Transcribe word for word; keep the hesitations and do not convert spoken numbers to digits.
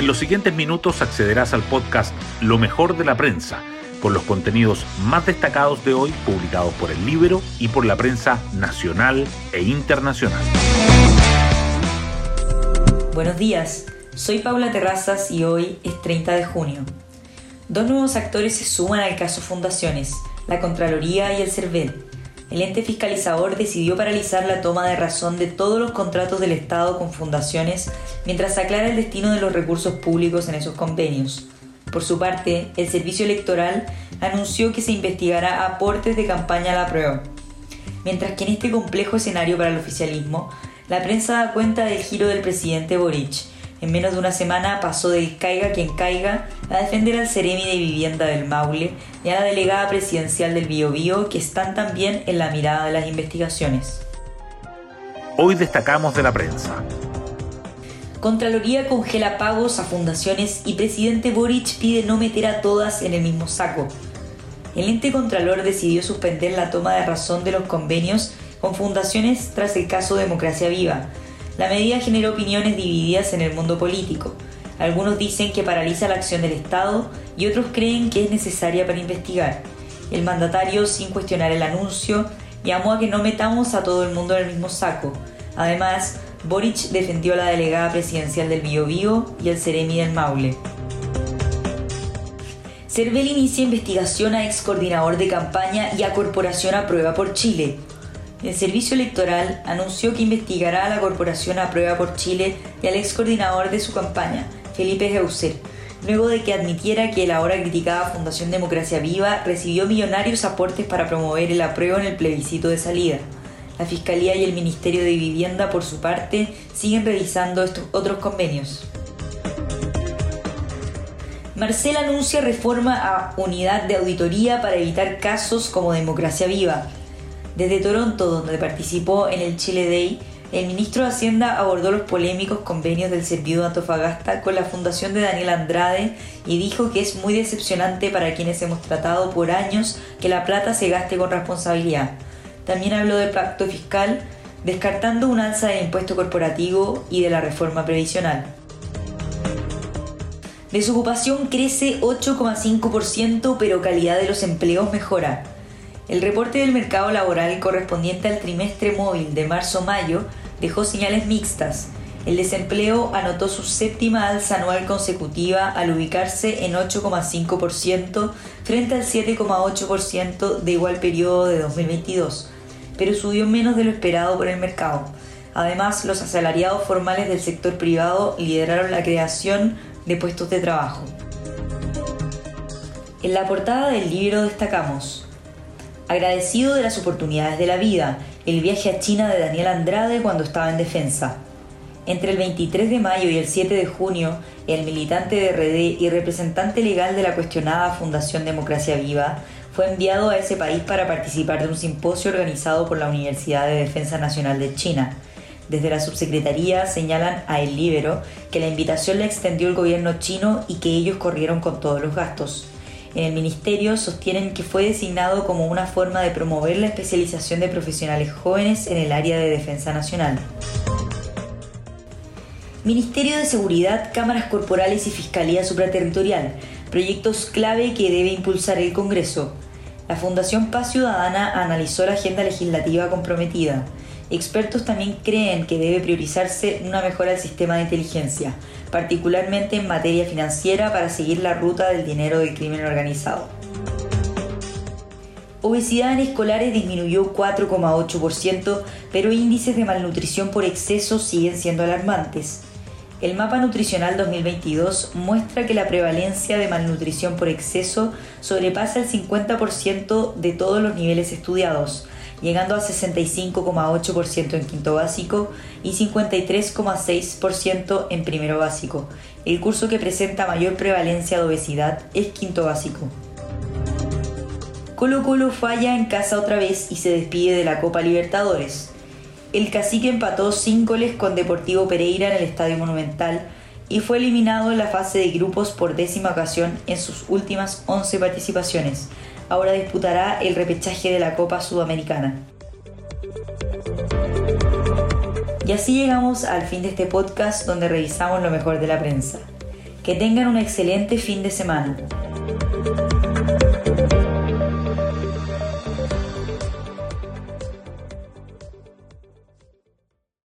En los siguientes minutos accederás al podcast Lo mejor de la prensa, con los contenidos más destacados de hoy publicados por El Líbero y por la prensa nacional e internacional. Buenos días, soy Paula Terrazas y hoy es treinta de junio. Dos nuevos actores se suman al caso Fundaciones, la Contraloría y el CERVEL. El ente fiscalizador decidió paralizar la toma de razón de todos los contratos del Estado con fundaciones mientras aclara el destino de los recursos públicos en esos convenios. Por su parte, el Servicio Electoral anunció que se investigará aportes de campaña a la prueba. Mientras que en este complejo escenario para el oficialismo, la prensa da cuenta del giro del presidente Boric. En menos de una semana pasó del caiga quien caiga a defender al Seremi de Vivienda del Maule y a la delegada presidencial del Biobío, que están también en la mirada de las investigaciones. Hoy destacamos de la prensa. Contraloría congela pagos a fundaciones y presidente Boric pide no meter a todas en el mismo saco. El ente contralor decidió suspender la toma de razón de los convenios con fundaciones tras el caso Democracia Viva. La medida generó opiniones divididas en el mundo político. Algunos dicen que paraliza la acción del Estado y otros creen que es necesaria para investigar. El mandatario, sin cuestionar el anuncio, llamó a que no metamos a todo el mundo en el mismo saco. Además, Boric defendió a la delegada presidencial del Biobío y al Seremi del Maule. CERVEL inicia investigación a ex coordinador de campaña y a Corporación Aprueba por Chile. El Servicio Electoral anunció que investigará a la Corporación Aprueba por Chile y al ex coordinador de su campaña, Felipe Heuser, luego de que admitiera que la ahora criticada Fundación Democracia Viva recibió millonarios aportes para promover el apruebo en el plebiscito de salida. La Fiscalía y el Ministerio de Vivienda, por su parte, siguen revisando estos otros convenios. Marcel anuncia reforma a Unidad de Auditoría para evitar casos como Democracia Viva. Desde Toronto, donde participó en el Chile Day, el ministro de Hacienda abordó los polémicos convenios del Servido de Antofagasta con la fundación de Daniel Andrade y dijo que es muy decepcionante para quienes hemos tratado por años que la plata se gaste con responsabilidad. También habló del pacto fiscal, descartando un alza del impuesto corporativo y de la reforma previsional. Desocupación crece ocho coma cinco por ciento, pero calidad de los empleos mejora. El reporte del mercado laboral correspondiente al trimestre móvil de marzo-mayo dejó señales mixtas. El desempleo anotó su séptima alza anual consecutiva al ubicarse en ocho coma cinco por ciento frente al siete coma ocho por ciento de igual periodo de dos mil veintidós, pero subió menos de lo esperado por el mercado. Además, los asalariados formales del sector privado lideraron la creación de puestos de trabajo. En la portada del libro destacamos: agradecido de las oportunidades de la vida, el viaje a China de Daniel Andrade cuando estaba en defensa. Entre el veintitrés de mayo y el siete de junio, el militante de R D y representante legal de la cuestionada Fundación Democracia Viva fue enviado a ese país para participar de un simposio organizado por la Universidad de Defensa Nacional de China. Desde la subsecretaría señalan a El Líbero que la invitación la extendió el gobierno chino y que ellos corrieron con todos los gastos. En el ministerio sostienen que fue designado como una forma de promover la especialización de profesionales jóvenes en el área de defensa nacional. Ministerio de Seguridad, Cámaras Corporales y Fiscalía Supraterritorial, proyectos clave que debe impulsar el Congreso. La Fundación Paz Ciudadana analizó la agenda legislativa comprometida. Expertos también creen que debe priorizarse una mejora del sistema de inteligencia, particularmente en materia financiera, para seguir la ruta del dinero del crimen organizado. Obesidad en escolares disminuyó cuatro coma ocho por ciento, pero índices de malnutrición por exceso siguen siendo alarmantes. El Mapa Nutricional dos mil veintidós muestra que la prevalencia de malnutrición por exceso sobrepasa el cincuenta por ciento de todos los niveles estudiados, llegando a sesenta y cinco coma ocho por ciento en quinto básico y cincuenta y tres coma seis por ciento en primero básico. El curso que presenta mayor prevalencia de obesidad es quinto básico. Colo-Colo falla en casa otra vez y se despide de la Copa Libertadores. El Cacique empató sin goles con Deportivo Pereira en el Estadio Monumental y fue eliminado en la fase de grupos por décima ocasión en sus últimas once participaciones. Ahora disputará el repechaje de la Copa Sudamericana. Y así llegamos al fin de este podcast donde revisamos lo mejor de la prensa. Que tengan un excelente fin de semana.